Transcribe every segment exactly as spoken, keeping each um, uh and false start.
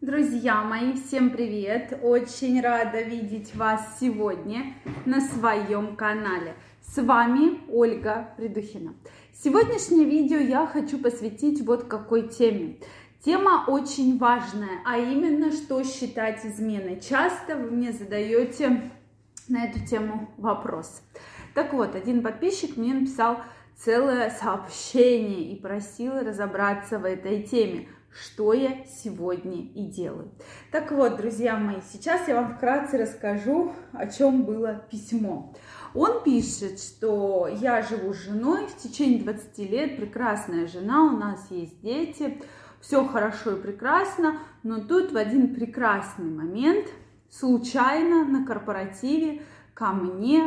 Друзья мои, всем привет! Очень рада видеть вас сегодня на своем канале. С вами Ольга Придухина. Сегодняшнее видео я хочу посвятить вот какой теме. Тема очень важная, а именно, что считать изменой. Часто вы мне задаете на эту тему вопрос. Так вот, один подписчик мне написал целое сообщение и просил разобраться в этой теме, что я сегодня и делаю. Так вот, друзья мои, сейчас я вам вкратце расскажу, о чем было письмо. Он пишет, что я живу с женой в течение двадцати лет, прекрасная жена, у нас есть дети, все хорошо и прекрасно, но тут в один прекрасный момент случайно на корпоративе ко мне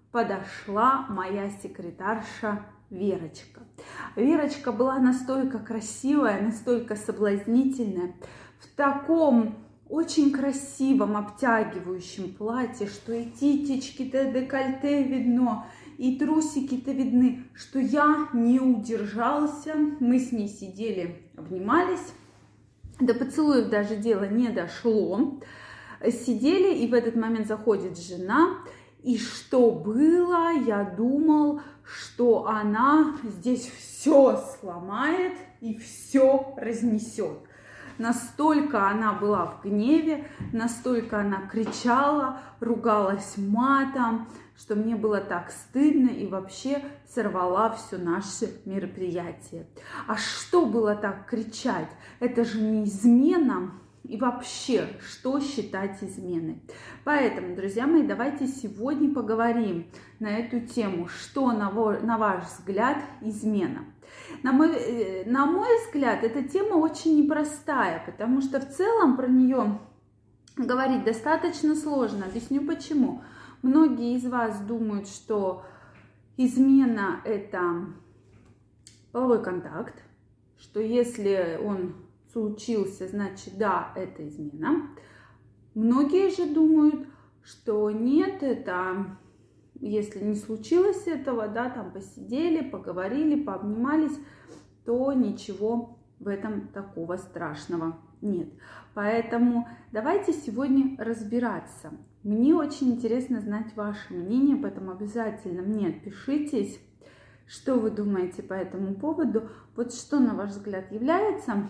подошла моя секретарша Верочка. Верочка была настолько красивая, настолько соблазнительная, в таком очень красивом обтягивающем платье, что и титечки-то, декольте видно, и трусики-то видны, что я не удержался. Мы с ней сидели, обнимались, до поцелуев даже дело не дошло. Сидели, и в этот момент заходит жена. И что было, я думал, что она здесь все сломает и все разнесет. Настолько она была в гневе, настолько она кричала, ругалась матом, что мне было так стыдно и вообще сорвала все наше мероприятие. А что было так кричать? Это же не измена. И вообще, что считать изменой? Поэтому, друзья мои, давайте сегодня поговорим на эту тему, что, на ваш взгляд, измена. На мой, на мой взгляд, эта тема очень непростая, потому что в целом про нее говорить достаточно сложно. Объясню почему. Многие из вас думают, что измена – это половой контакт, что если он случился, значит, да, это измена. Многие же думают, что нет, это если не случилось этого, да, там посидели, поговорили, пообнимались, то ничего в этом такого страшного нет. Поэтому давайте сегодня разбираться. Мне очень интересно знать ваше мнение, поэтому обязательно мне отпишитесь, что вы думаете по этому поводу. Вот что, на ваш взгляд, является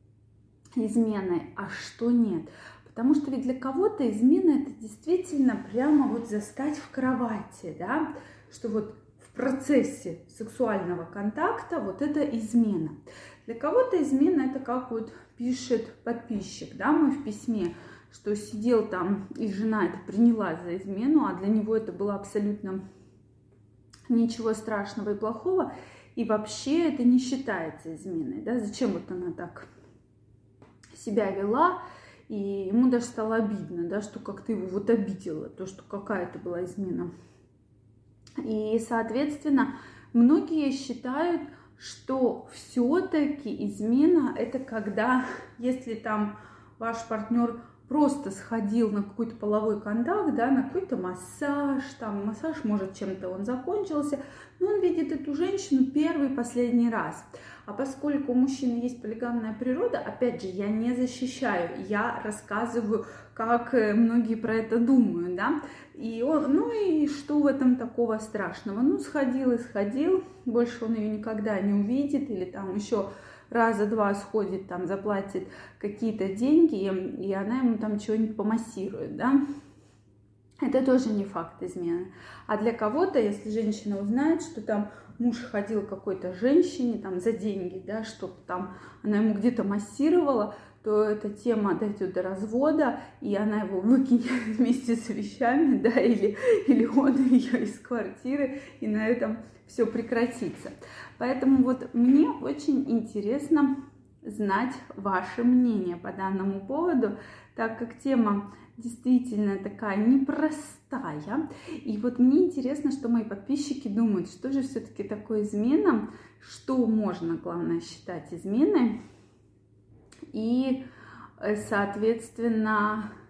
изменой, а что нет. Потому что ведь для кого-то измена — это действительно прямо вот застать в кровати, да, что вот в процессе сексуального контакта вот это измена. Для кого-то измена — это как вот пишет подписчик, да, мой в письме, что сидел там, и жена это приняла за измену, а для него это было абсолютно ничего страшного и плохого, и вообще это не считается изменой, да, зачем вот она так себя вела, и ему даже стало обидно, да, что как-то его вот обидела, то, что какая-то была измена. И, соответственно, многие считают, что все-таки измена – это когда, если там ваш партнер просто сходил на какой-то половой контакт, да, на какой-то массаж, там массаж, может, чем-то он закончился, но он видит эту женщину первый и последний раз. А поскольку у мужчины есть полигамная природа, опять же, я не защищаю, я рассказываю, как многие про это думают, да, и он, ну и что в этом такого страшного? Ну, сходил и сходил, больше он ее никогда не увидит, или там еще раза два сходит, там заплатит какие-то деньги, и она ему там чего-нибудь помассирует, да. Это тоже не факт измены. А для кого-то, если женщина узнает, что там муж ходил к какой-то женщине там за деньги, да, чтобы там она ему где-то массировала, то эта тема дойдет до развода, и она его выкинет вместе с вещами, да, или, или он ее из квартиры, и на этом все прекратится. Поэтому вот мне очень интересно знать ваше мнение по данному поводу, так как тема действительно такая непростая. И вот мне интересно, что мои подписчики думают, что же все-таки такое измена, что можно, главное, считать изменой. И, соответственно,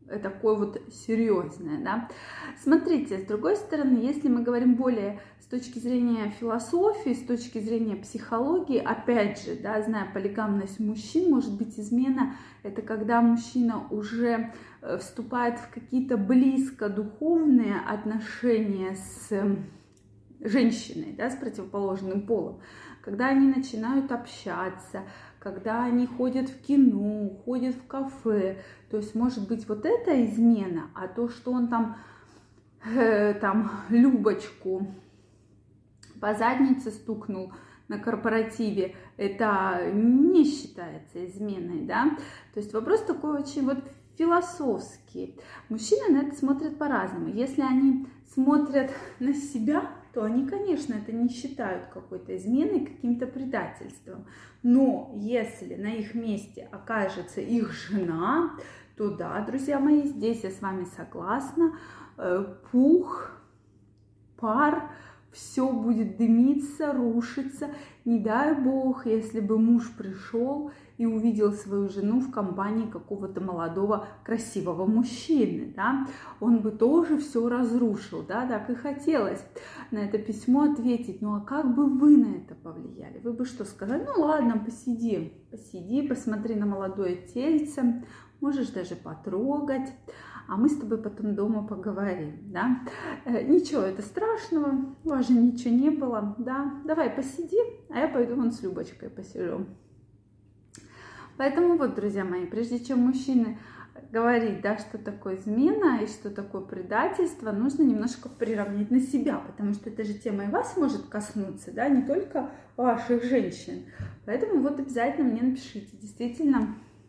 такое вот серьезное, да. Смотрите, с другой стороны, если мы говорим более с точки зрения философии, с точки зрения психологии, опять же, да, зная полигамность мужчин, может быть, измена — это когда мужчина уже вступает в какие-то близко духовные отношения с женщиной, да, с противоположным полом, когда они начинают общаться, когда они ходят в кино, ходят в кафе. То есть, может быть, вот это измена, а то, что он там, э, там Любочку по заднице стукнул на корпоративе, это не считается изменой, да. То есть вопрос такой очень вот философский. Мужчины на это смотрят по-разному. Если они смотрят на себя, то они, конечно, это не считают какой-то изменой, каким-то предательством. Но если на их месте окажется их жена, то да, друзья мои, здесь я с вами согласна. Пух, пар, все будет дымиться, рушиться. Не дай бог, если бы муж пришел и увидел свою жену в компании какого-то молодого красивого мужчины, да, он бы тоже все разрушил, да, так и хотелось на это письмо ответить. Ну а как бы вы на это повлияли? Вы бы что сказали? Ну ладно, посиди, посиди, посмотри на молодое тельце, можешь даже потрогать, а мы с тобой потом дома поговорим, да. Э, ничего, это страшного, у вас же ничего не было, да. Давай посиди, а я пойду вон с Любочкой посижу. Поэтому вот, друзья мои, прежде чем мужчины говорить, да, что такое измена и что такое предательство, нужно немножко приравнять на себя, потому что эта же тема и вас может коснуться, да, не только ваших женщин. Поэтому вот обязательно мне напишите. Действительно,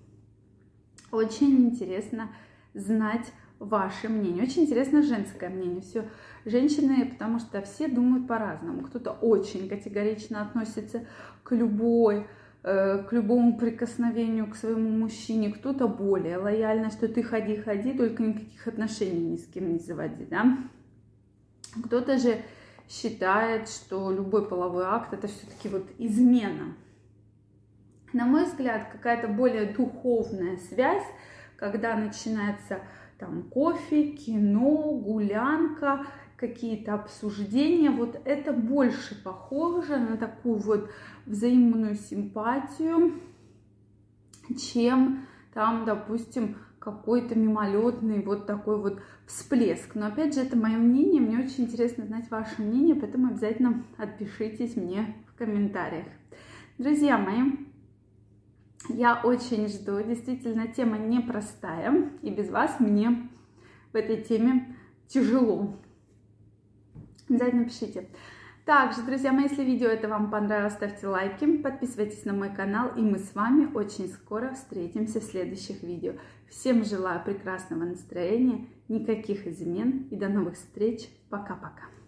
очень интересно знать ваше мнение. Очень интересно женское мнение. Все женщины, потому что все думают по-разному. Кто-то очень категорично относится к любой к любому прикосновению к своему мужчине, кто-то более лояльно, что ты ходи, ходи, только никаких отношений ни с кем не заводи, да. Кто-то же считает, что любой половой акт — это все-таки вот измена. На мой взгляд, какая-то более духовная связь, когда начинается там кофе, кино, гулянка, какие-то обсуждения, вот это больше похоже на такую вот взаимную симпатию, чем там, допустим, какой-то мимолетный вот такой вот всплеск. Но опять же, это мое мнение, мне очень интересно знать ваше мнение, поэтому обязательно отпишитесь мне в комментариях. Друзья мои, я очень жду, действительно, тема непростая, и без вас мне в этой теме тяжело. Обязательно пишите. Также, друзья мои, если видео это вам понравилось, ставьте лайки, подписывайтесь на мой канал, и мы с вами очень скоро встретимся в следующих видео. Всем желаю прекрасного настроения, никаких измен, и до новых встреч. Пока-пока.